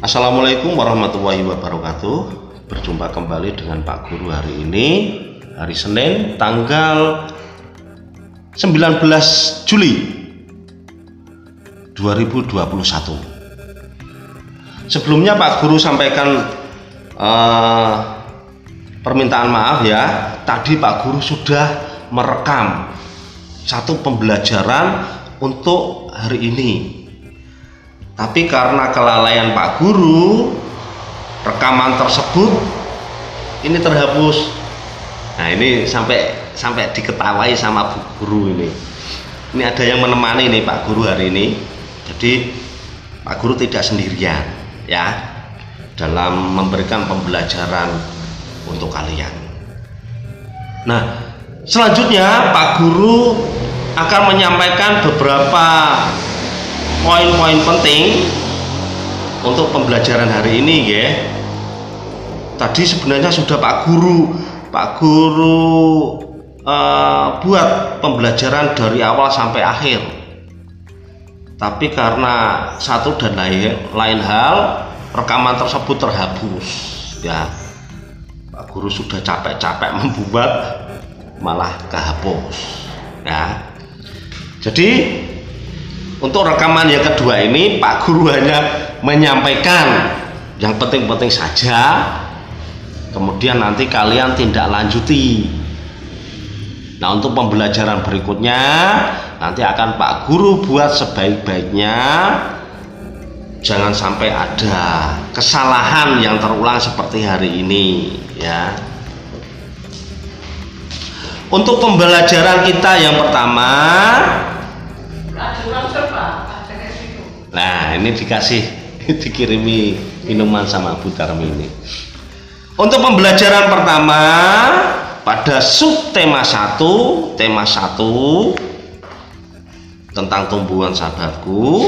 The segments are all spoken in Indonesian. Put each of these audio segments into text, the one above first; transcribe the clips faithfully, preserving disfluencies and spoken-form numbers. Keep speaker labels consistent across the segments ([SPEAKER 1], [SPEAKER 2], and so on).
[SPEAKER 1] Assalamualaikum warahmatullahi wabarakatuh. Berjumpa kembali dengan Pak Guru hari ini, hari Senin tanggal sembilan belas Juli dua ribu dua puluh satu. Sebelumnya Pak Guru sampaikan uh, permintaan maaf ya. Tadi Pak Guru sudah merekam satu pembelajaran untuk hari ini. Tapi karena kelalaian Pak Guru, rekaman tersebut ini terhapus. Nah, ini sampai sampai diketawai sama Bu Guru ini. Ini ada yang menemani nih Pak Guru hari ini. Jadi Pak Guru tidak sendirian ya dalam memberikan pembelajaran untuk kalian. Nah, selanjutnya Pak Guru akan menyampaikan beberapa poin-poin penting untuk pembelajaran hari ini ya. Tadi sebenarnya sudah Pak Guru Pak Guru uh, buat pembelajaran dari awal sampai akhir. Tapi karena satu dan lain, lain hal rekaman tersebut terhapus ya. Pak Guru sudah capek-capek membuat malah kehapus ya. Jadi untuk rekaman yang kedua ini Pak Guru hanya menyampaikan yang penting-penting saja, kemudian nanti kalian tindak lanjuti. Nah, untuk pembelajaran berikutnya nanti akan Pak Guru buat sebaik-baiknya, jangan sampai ada kesalahan yang terulang seperti hari ini ya. Untuk pembelajaran kita yang pertama, nah ini dikasih dikirimi minuman sama Bu Tarmi ini. Untuk pembelajaran pertama pada sub tema satu, tema satu tentang tumbuhan sahabatku,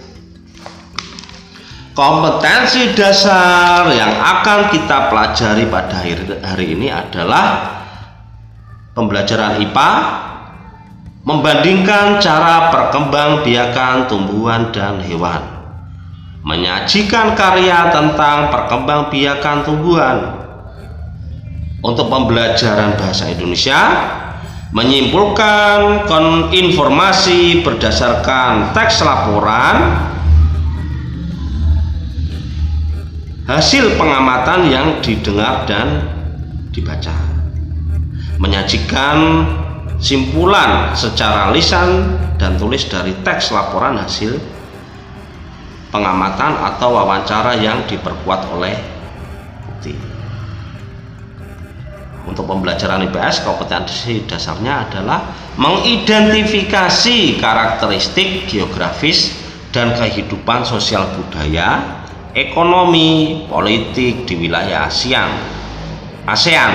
[SPEAKER 1] kompetensi dasar yang akan kita pelajari pada hari ini adalah pembelajaran I P A, membandingkan cara perkembangbiakan tumbuhan dan hewan, menyajikan karya tentang perkembangbiakan tumbuhan. Untuk pembelajaran bahasa Indonesia, menyimpulkan informasi berdasarkan teks laporan hasil pengamatan yang didengar dan dibaca, menyajikan simpulan secara lisan dan tulis dari teks laporan hasil pengamatan atau wawancara yang diperkuat oleh bukti. Untuk pembelajaran I P S, kompetensi dasarnya adalah mengidentifikasi karakteristik geografis dan kehidupan sosial budaya, ekonomi, politik di wilayah ASEAN. ASEAN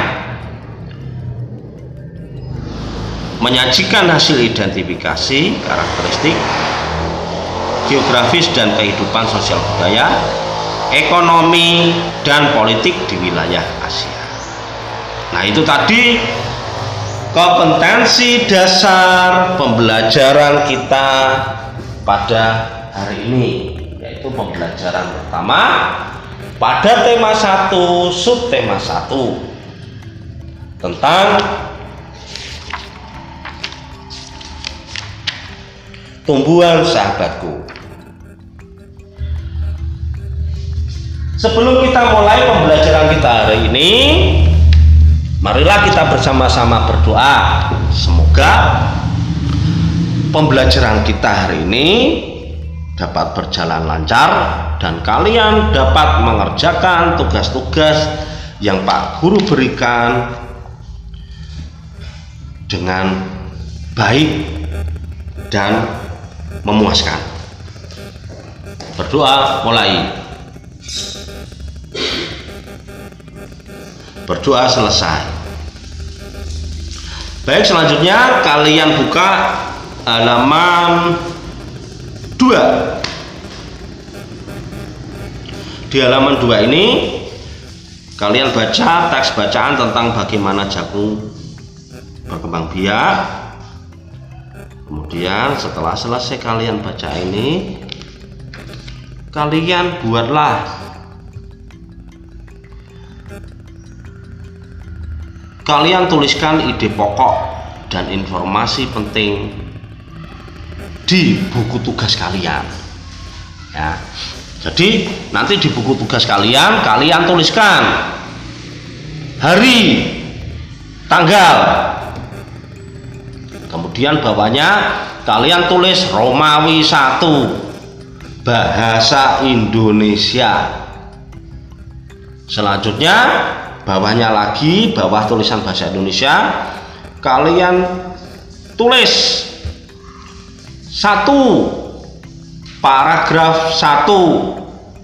[SPEAKER 1] menyajikan hasil identifikasi karakteristik geografis dan kehidupan sosial budaya, ekonomi, dan politik di wilayah Asia. Nah, itu tadi kompetensi dasar pembelajaran kita pada hari ini, yaitu pembelajaran pertama pada tema satu, sub tema satu tentang tumbuhan sahabatku. Sebelum kita mulai pembelajaran kita hari ini, marilah kita bersama-sama berdoa. Semoga pembelajaran kita hari ini dapat berjalan lancar dan kalian dapat mengerjakan tugas-tugas yang Pak Guru berikan dengan baik dan memuaskan. Berdoa mulai. Berdoa selesai. Baik, selanjutnya kalian buka halaman dua. Di halaman dua ini kalian baca teks bacaan tentang bagaimana jagung berkembang biak. Kemudian setelah selesai kalian baca ini, kalian buatlah kalian tuliskan ide pokok dan informasi penting di buku tugas kalian ya. Jadi nanti di buku tugas kalian kalian tuliskan hari, tanggal, kemudian bawahnya kalian tulis Romawi satu bahasa Indonesia. Selanjutnya bawahnya lagi, bawah tulisan bahasa Indonesia kalian tulis satu paragraf satu,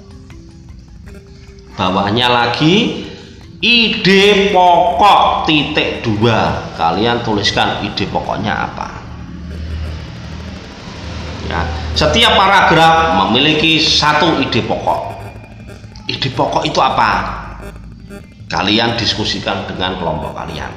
[SPEAKER 1] bawahnya lagi ide pokok titik dua, kalian tuliskan ide pokoknya apa ya. Setiap paragraf memiliki satu ide pokok. Ide pokok itu apa? Kalian diskusikan dengan kelompok kalian.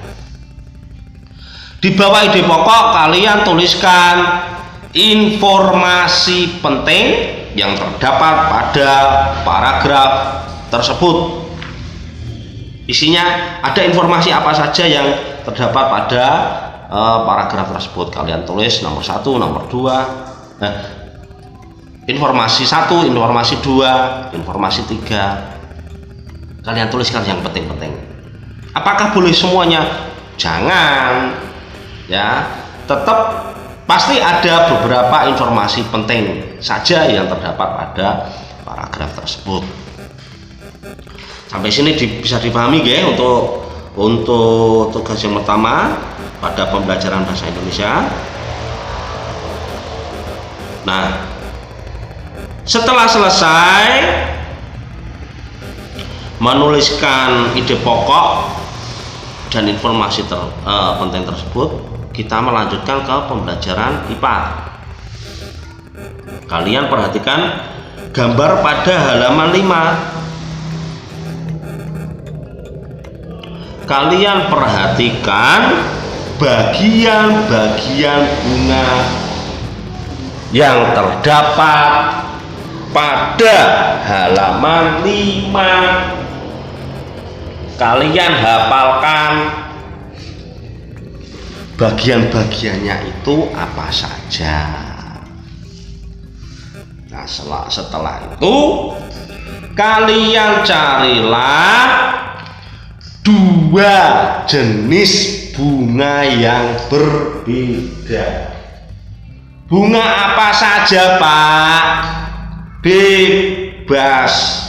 [SPEAKER 1] Di bawah ide pokok kalian tuliskan informasi penting yang terdapat pada paragraf tersebut. Isinya ada informasi apa saja yang terdapat pada uh, paragraf tersebut. Kalian tulis nomor satu, nomor dua, nah, informasi satu, informasi dua, informasi tiga. Kalian tuliskan yang penting-penting. Apakah boleh semuanya? Jangan, ya. Tetap pasti ada beberapa informasi penting saja yang terdapat pada paragraf tersebut. Sampai sini di, bisa dipahami ya untuk untuk tugas yang pertama pada pembelajaran bahasa Indonesia. Nah, setelah selesai menuliskan ide pokok dan informasi ter, eh, penting tersebut, kita melanjutkan ke pembelajaran I P A. Kalian perhatikan gambar pada halaman lima. Kalian perhatikan bagian-bagian bunga yang terdapat pada halaman lima. Kalian hafalkan bagian-bagiannya itu apa saja. Nah, setelah, setelah itu kalian carilah dua jenis bunga yang berbeda. Bunga apa saja, Pak? Bebas.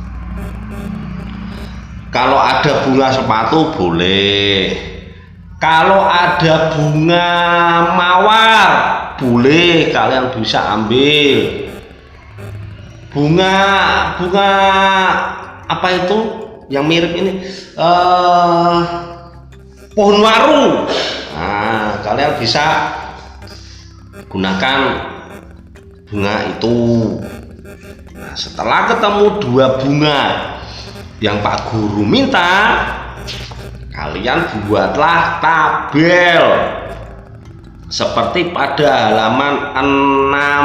[SPEAKER 1] Kalau ada bunga sepatu boleh. Kalau ada bunga mawar boleh, kalian bisa ambil. Bunga bunga apa itu yang mirip ini? Uh, pohon waru. Nah, kalian bisa gunakan bunga itu. Nah, setelah ketemu dua bunga yang Pak Guru minta, kalian buatlah tabel seperti pada halaman enam.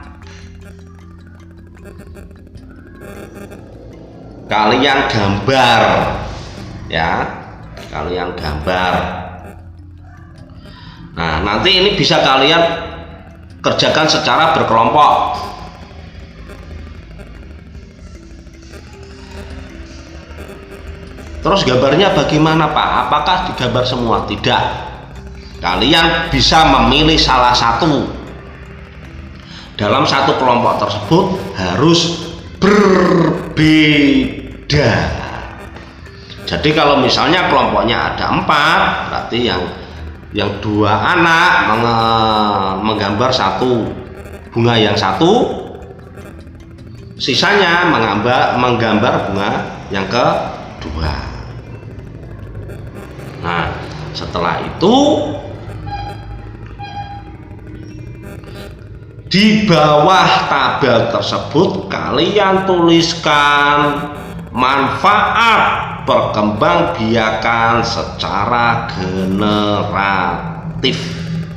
[SPEAKER 1] Kalian gambar ya, kalian gambar. Nah, nanti ini bisa kalian kerjakan secara berkelompok. Terus gambarnya bagaimana, Pak? Apakah digambar semua? Tidak. Kalian bisa memilih salah satu. Dalam satu kelompok tersebut harus berbeda. Jadi kalau misalnya kelompoknya ada empat, berarti yang yang dua anak menggambar satu bunga yang satu, sisanya menggambar menggambar bunga yang kedua. Nah, setelah itu di bawah tabel tersebut kalian tuliskan manfaat perkembangbiakan secara generatif.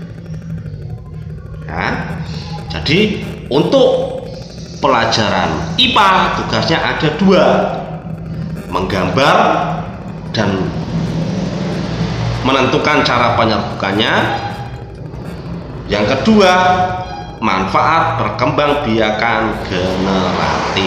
[SPEAKER 1] Ya. Jadi untuk pelajaran I P A tugasnya ada dua, menggambar dan menentukan cara penyerbukannya. Yang kedua, manfaat perkembangbiakan generatif.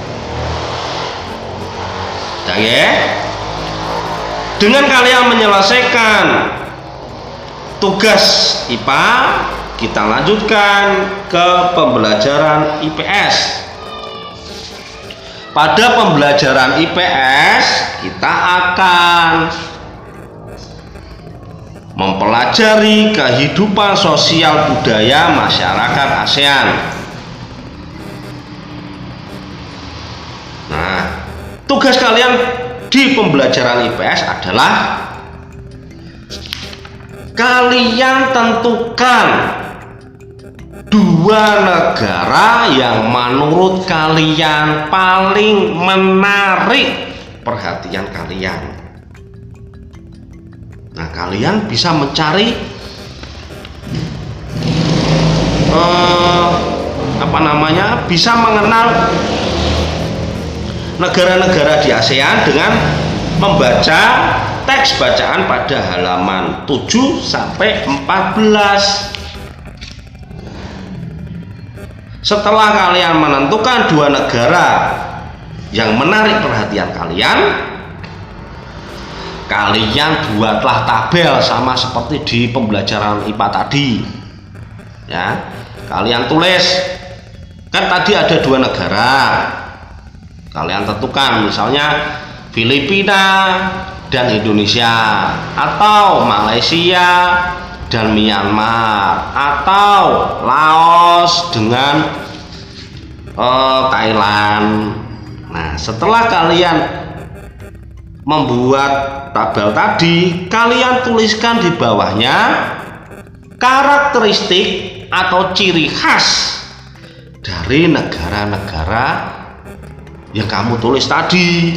[SPEAKER 1] Dan ya, dengan kalian menyelesaikan tugas I P A, kita lanjutkan ke pembelajaran I P S. Pada pembelajaran I P S, kita akan mempelajari kehidupan sosial budaya masyarakat ASEAN. Nah, tugas kalian di pembelajaran I P S adalah kalian tentukan dua negara yang menurut kalian paling menarik perhatian kalian. Nah, kalian bisa mencari eh, apa namanya, bisa mengenal negara-negara di ASEAN dengan membaca teks bacaan pada halaman tujuh sampai empat belas. Setelah kalian menentukan dua negara yang menarik perhatian kalian, kalian buatlah tabel sama seperti di pembelajaran I P A tadi. Ya, kalian tulis, kan tadi ada dua negara. Kalian tentukan misalnya Filipina dan Indonesia, atau Malaysia dan Myanmar, atau Laos dengan uh, Thailand. Nah, setelah kalian membuat tabel tadi, kalian tuliskan di bawahnya karakteristik atau ciri khas dari negara-negara yang kamu tulis tadi.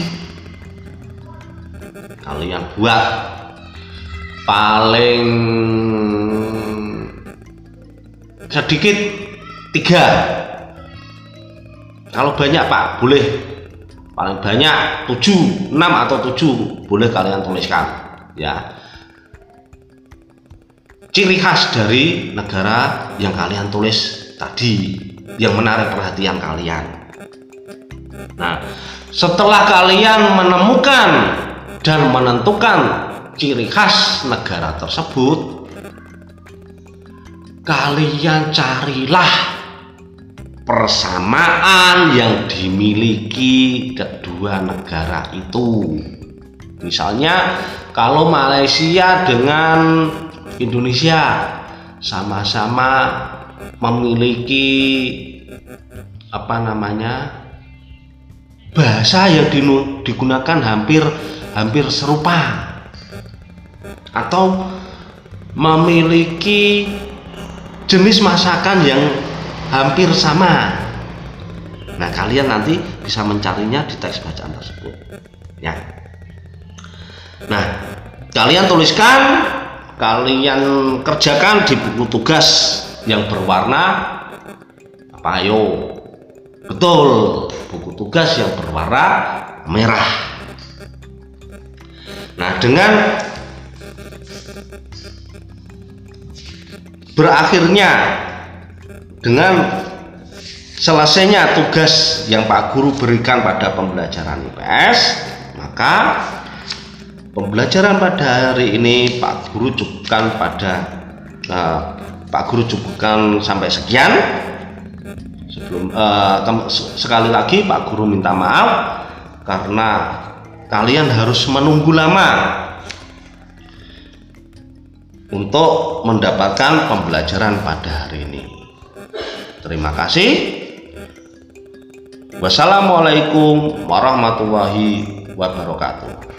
[SPEAKER 1] Kalian buat paling sedikit tiga. Kalau banyak Pak, boleh paling banyak tujuh, enam atau tujuh, boleh kalian tuliskan ya. Ciri khas dari negara yang kalian tulis tadi yang menarik perhatian kalian. Nah, setelah kalian menemukan dan menentukan ciri khas negara tersebut, kalian carilah persamaan yang dimiliki kedua negara itu. Misalnya kalau Malaysia dengan Indonesia sama-sama memiliki apa namanya, bahasa yang digunakan hampir hampir serupa, atau memiliki jenis masakan yang hampir sama. Nah, kalian nanti bisa mencarinya di teks bacaan tersebut ya. Nah, kalian tuliskan, kalian kerjakan di buku tugas yang berwarna apa, ayo? Betul, buku tugas yang berwarna merah. Nah, dengan berakhirnya, dengan selesainya tugas yang Pak Guru berikan pada pembelajaran I P S, maka pembelajaran pada hari ini Pak Guru cukupkan pada uh, Pak Guru cukupkan sampai sekian. Sebelum uh, sekali lagi Pak Guru minta maaf karena kalian harus menunggu lama untuk mendapatkan pembelajaran pada hari ini. Terima kasih. Wassalamualaikum warahmatullahi wabarakatuh.